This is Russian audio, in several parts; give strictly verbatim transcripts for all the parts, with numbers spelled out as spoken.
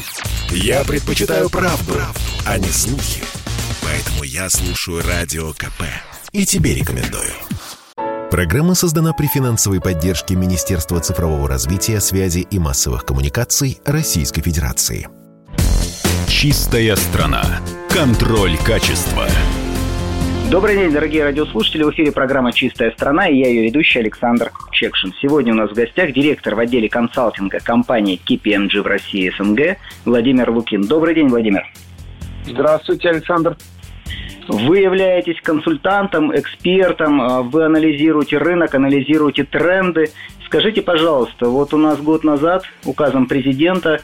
Я предпочитаю правду, а не слухи. Поэтому я слушаю Радио КП. И тебе рекомендую. Программа создана при финансовой поддержке Министерства цифрового развития, связи и массовых коммуникаций Российской Федерации. Чистая страна. Контроль качества. Добрый день, дорогие радиослушатели. В эфире программа «Чистая страна» и я ее ведущий Александр Чекшин. Сегодня у нас в гостях директор в отделе консалтинга компании кей пи эм джи в России СНГ Владимир Лукин. Добрый день, Владимир. Здравствуйте, Александр. Вы являетесь консультантом, экспертом, вы анализируете рынок, анализируете тренды. Скажите, пожалуйста, вот у нас год назад указом президента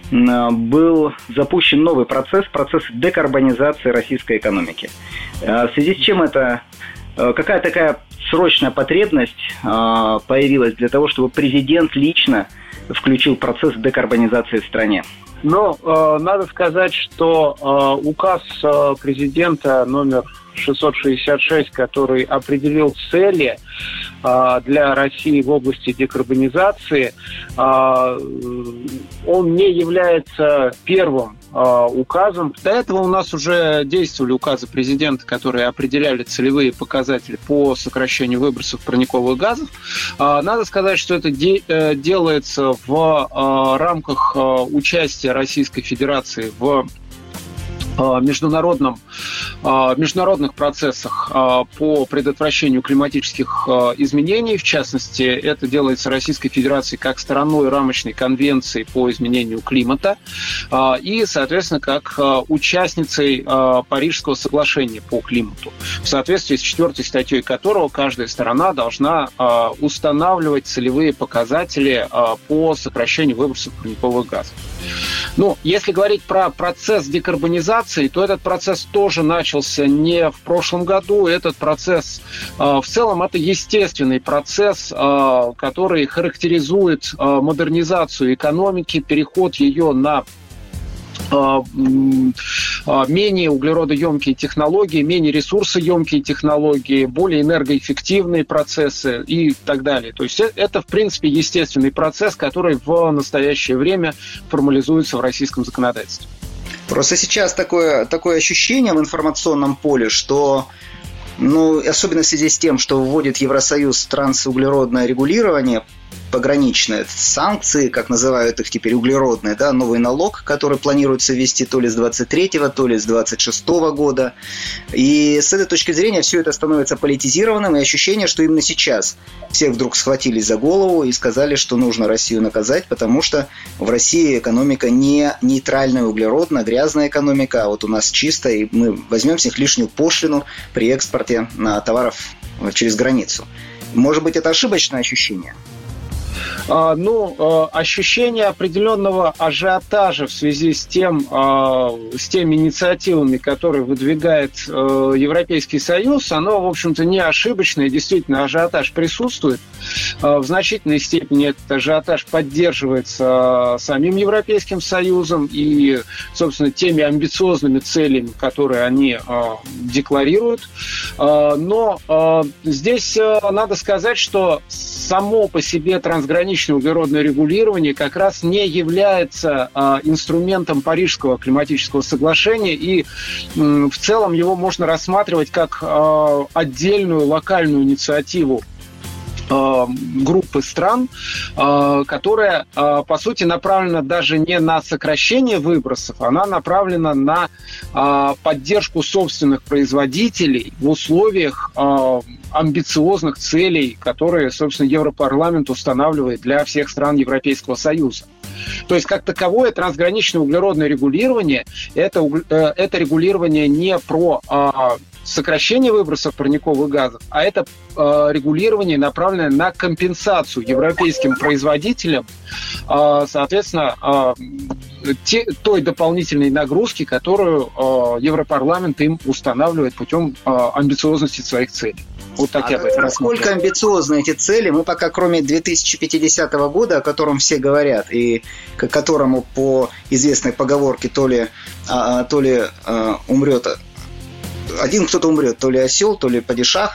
был запущен новый процесс, процесс декарбонизации российской экономики. В связи с чем это, какая такая срочная потребность появилась для того, чтобы президент лично включил процесс декарбонизации в стране? Но э, надо сказать, что э, указ э, президента номер шестьсот шестьдесят шесть, который определил цели э, для России в области декарбонизации, э, он не является первым э, указом. До этого у нас уже действовали указы президента, которые определяли целевые показатели по сокращению выбросов парниковых газов. Э, надо сказать, что это де- э, делается в э, рамках э, участия Российской Федерации в международном, международных процессах по предотвращению климатических изменений. В частности, это делается Российской Федерацией как стороной рамочной конвенции по изменению климата и, соответственно, как участницей Парижского соглашения по климату, в соответствии с четвертой статьей которого каждая сторона должна устанавливать целевые показатели по сокращению выбросов парниковых газов. Ну, если говорить про процесс декарбонизации, то этот процесс тоже начался не в прошлом году. Этот процесс, в целом, это естественный процесс, который характеризует модернизацию экономики, переход ее на менее углеродоемкие технологии, менее ресурсоемкие технологии, более энергоэффективные процессы и так далее. То есть это, в принципе, естественный процесс, который в настоящее время формализуется в российском законодательстве. Просто сейчас такое, такое ощущение в информационном поле, что, ну, особенно в связи с тем, что вводит Евросоюз трансуглеродное регулирование, пограничные санкции, как называют их теперь, углеродные, да, новый налог, который планируется ввести то ли с двадцать третьего, то ли с двадцать шестого года. И с этой точки зрения все это становится политизированным, и ощущение, что именно сейчас все вдруг схватились за голову и сказали, что нужно Россию наказать, потому что в России экономика не нейтральная углеродная, грязная экономика, а вот у нас чистая, и мы возьмем с них лишнюю пошлину при экспорте товаров через границу. Может быть, это ошибочное ощущение? Ну, ощущение определенного ажиотажа в связи с тем, с теми инициативами, которые выдвигает Европейский Союз, оно, в общем-то, не ошибочное. Действительно, ажиотаж присутствует. В значительной степени этот ажиотаж поддерживается самим Европейским Союзом и, собственно, теми амбициозными целями, которые они декларируют. Но здесь надо сказать, что само по себе трансграничное углеродное регулирование как раз не является а, инструментом Парижского климатического соглашения, и м, в целом его можно рассматривать как а, отдельную локальную инициативу группы стран, которая, по сути, направлена даже не на сокращение выбросов, она направлена на поддержку собственных производителей в условиях амбициозных целей, которые, собственно, Европарламент устанавливает для всех стран Европейского Союза. То есть, как таковое, трансграничное углеродное регулирование – это, это регулирование не про сокращение выбросов парниковых газов, а это э, регулирование направленное на компенсацию европейским производителям, э, соответственно, э, те, той дополнительной нагрузки, которую э, Европарламент им устанавливает путем э, амбициозности своих целей. Вот так а я об этом насколько амбициозны эти цели? Мы пока, кроме две тысячи пятидесятого года, о котором все говорят, и к которому по известной поговорке то ли, а, то ли а, умрет... Один кто-то умрет, то ли осел, то ли падишах.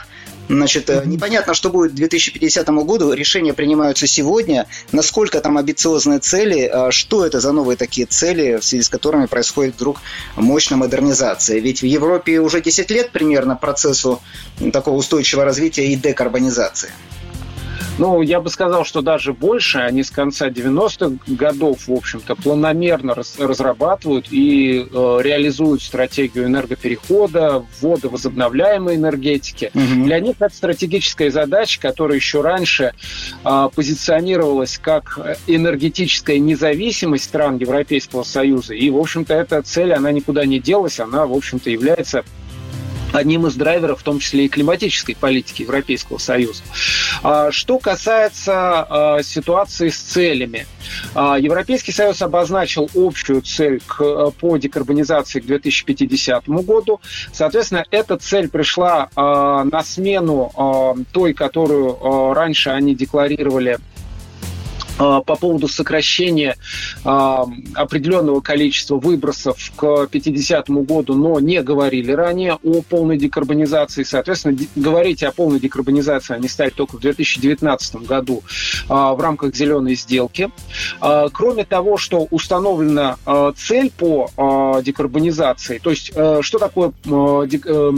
Значит, непонятно, что будет к две тысячи пятидесятому году. Решения принимаются сегодня. Насколько там амбициозные цели? Что это за новые такие цели, в связи с которыми происходит вдруг мощная модернизация? Ведь в Европе уже десять лет примерно процессу такого устойчивого развития и декарбонизации. Ну, я бы сказал, что даже больше. Они с конца девяностых годов, в общем-то, планомерно раз, разрабатывают и э, реализуют стратегию энергоперехода, ввода возобновляемой энергетики. Угу. Для них это стратегическая задача, которая еще раньше э, позиционировалась как энергетическая независимость стран Европейского Союза. И, в общем-то, эта цель, она никуда не делась, она, в общем-то, является одним из драйверов, в том числе и климатической политики Европейского Союза. Что касается ситуации с целями, Европейский Союз обозначил общую цель к, по декарбонизации к две тысячи пятидесятому году. Соответственно, эта цель пришла на смену той, которую раньше они декларировали по поводу сокращения а, определенного количества выбросов к пятидесятому году, но не говорили ранее о полной декарбонизации. Соответственно, де- говорить о полной декарбонизации они стали только в две тысячи девятнадцатом году а, в рамках зеленой сделки. А, кроме того, что установлена а, цель по а, декарбонизации, то есть а, что такое а, дек, а,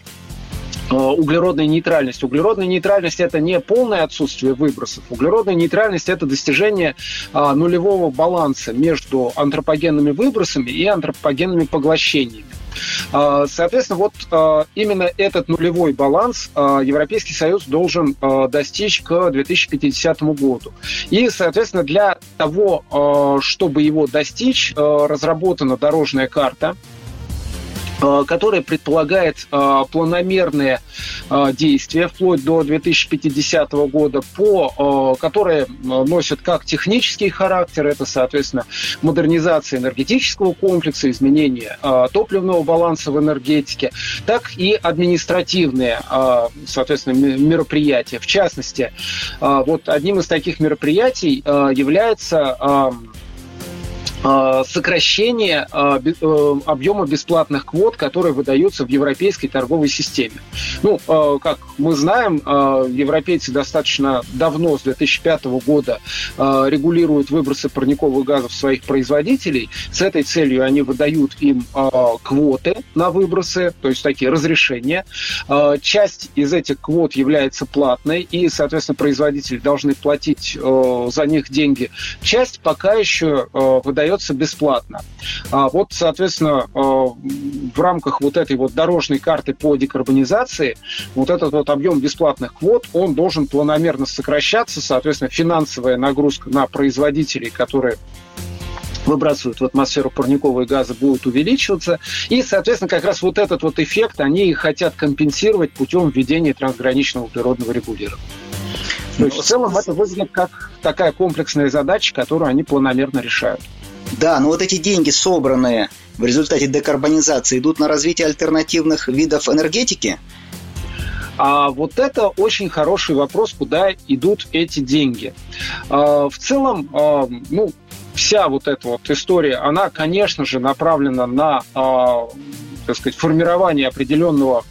углеродная нейтральность. Углеродная нейтральность – это не полное отсутствие выбросов. Углеродная нейтральность – это достижение а, нулевого баланса между антропогенными выбросами и антропогенными поглощениями. А, соответственно, вот а, именно этот нулевой баланс а, Европейский Союз должен а, достичь к две тысячи пятидесятому году. И, соответственно, для того, а, чтобы его достичь, а, разработана дорожная карта, которая предполагает э, планомерные э, действия вплоть до две тысячи пятидесятого года, по, э, которые носят как технический характер, это, соответственно, модернизация энергетического комплекса, изменение э, топливного баланса в энергетике, так и административные, э, соответственно, мероприятия. В частности, э, вот одним из таких мероприятий э, является э, сокращение объема бесплатных квот, которые выдаются в европейской торговой системе. Ну, как мы знаем, европейцы достаточно давно, с две тысячи пятого года, регулируют выбросы парниковых газов своих производителей. С этой целью они выдают им квоты на выбросы, то есть такие разрешения. Часть из этих квот является платной, и, соответственно, производители должны платить за них деньги. Часть пока еще выдается бесплатно. А вот, соответственно, в рамках вот этой вот дорожной карты по декарбонизации вот этот вот объем бесплатных квот, он должен планомерно сокращаться, соответственно, финансовая нагрузка на производителей, которые выбрасывают в атмосферу парниковые газы, будет увеличиваться. И, соответственно, как раз вот этот вот эффект они хотят компенсировать путем введения трансграничного углеродного регулирования. То есть, в целом, это выглядит как такая комплексная задача, которую они планомерно решают. Да, но вот эти деньги, собранные в результате декарбонизации, идут на развитие альтернативных видов энергетики? А вот это очень хороший вопрос, куда идут эти деньги. А, в целом, а, ну, вся вот эта вот история, она, конечно же, направлена на, а, так сказать, формирование определенного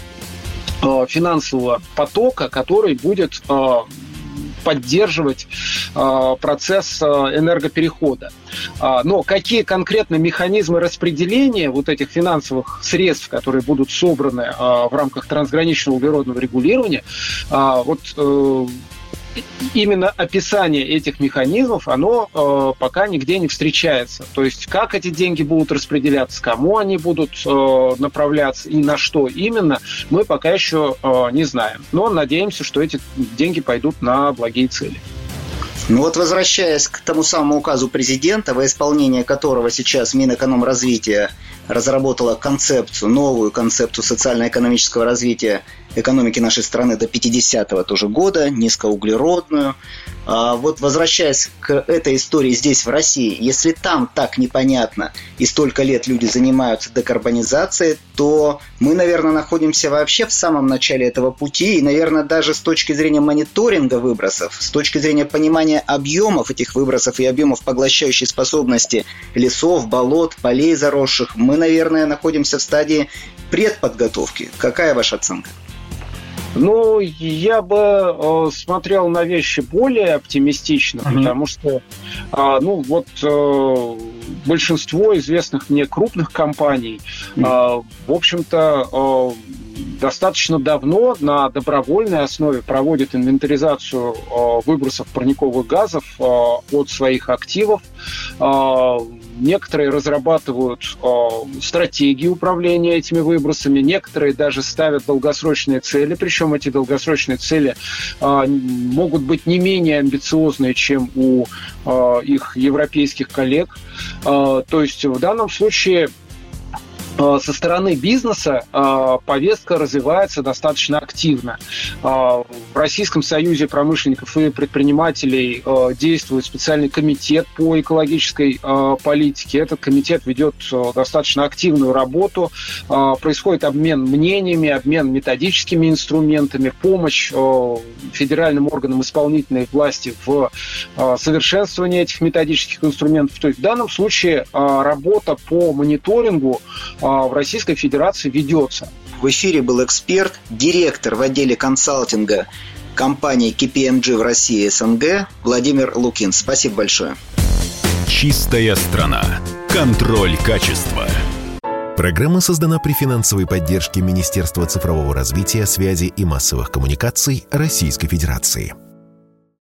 а, финансового потока, который будет а, поддерживать э, процесс э, энергоперехода. А, но какие конкретно механизмы распределения вот этих финансовых средств, которые будут собраны э, в рамках трансграничного углеродного регулирования, э, вот э, именно описание этих механизмов, оно э, пока нигде не встречается. То есть, как эти деньги будут распределяться, кому они будут э, направляться и на что именно, мы пока еще э, не знаем. Но надеемся, что эти деньги пойдут на благие цели. Ну вот, возвращаясь к тому самому указу президента, во исполнение которого сейчас Минэкономразвития разработала концепцию, новую концепцию социально-экономического развития экономики нашей страны до пятидесятого тоже года, низкоуглеродную. А вот, возвращаясь к этой истории здесь, в России, если там так непонятно и столько лет люди занимаются декарбонизацией, то мы, наверное, находимся вообще в самом начале этого пути, и, наверное, даже с точки зрения мониторинга выбросов, с точки зрения понимания объемов этих выбросов и объемов поглощающей способности лесов, болот, полей заросших, мы, наверное, находимся в стадии предподготовки. Какая ваша оценка? Ну, я бы э, смотрел на вещи более оптимистично, mm-hmm. потому что, э, ну, вот э, большинство известных мне крупных компаний, mm-hmm. э, в общем-то, э, достаточно давно на добровольной основе проводят инвентаризацию э, выбросов парниковых газов э, от своих активов. Э, некоторые разрабатывают э, стратегии управления этими выбросами, некоторые даже ставят долгосрочные цели, причем эти долгосрочные цели э, могут быть не менее амбициозные, чем у э, их европейских коллег. Э, то есть в данном случае со стороны бизнеса э, повестка развивается достаточно активно. Э, в Российском союзе промышленников и предпринимателей э, действует специальный комитет по экологической э, политике. Этот комитет ведет э, достаточно активную работу. Э, происходит обмен мнениями, обмен методическими инструментами, помощь э, федеральным органам исполнительной власти в э, совершенствовании этих методических инструментов. То есть в данном случае э, работа по мониторингу в Российской Федерации ведется. В эфире был эксперт, директор в отделе консалтинга компании кей пи эм джи в России СНГ Владимир Лукин. Спасибо большое. Чистая страна. Контроль качества. Программа создана при финансовой поддержке Министерства цифрового развития, связи и массовых коммуникаций Российской Федерации.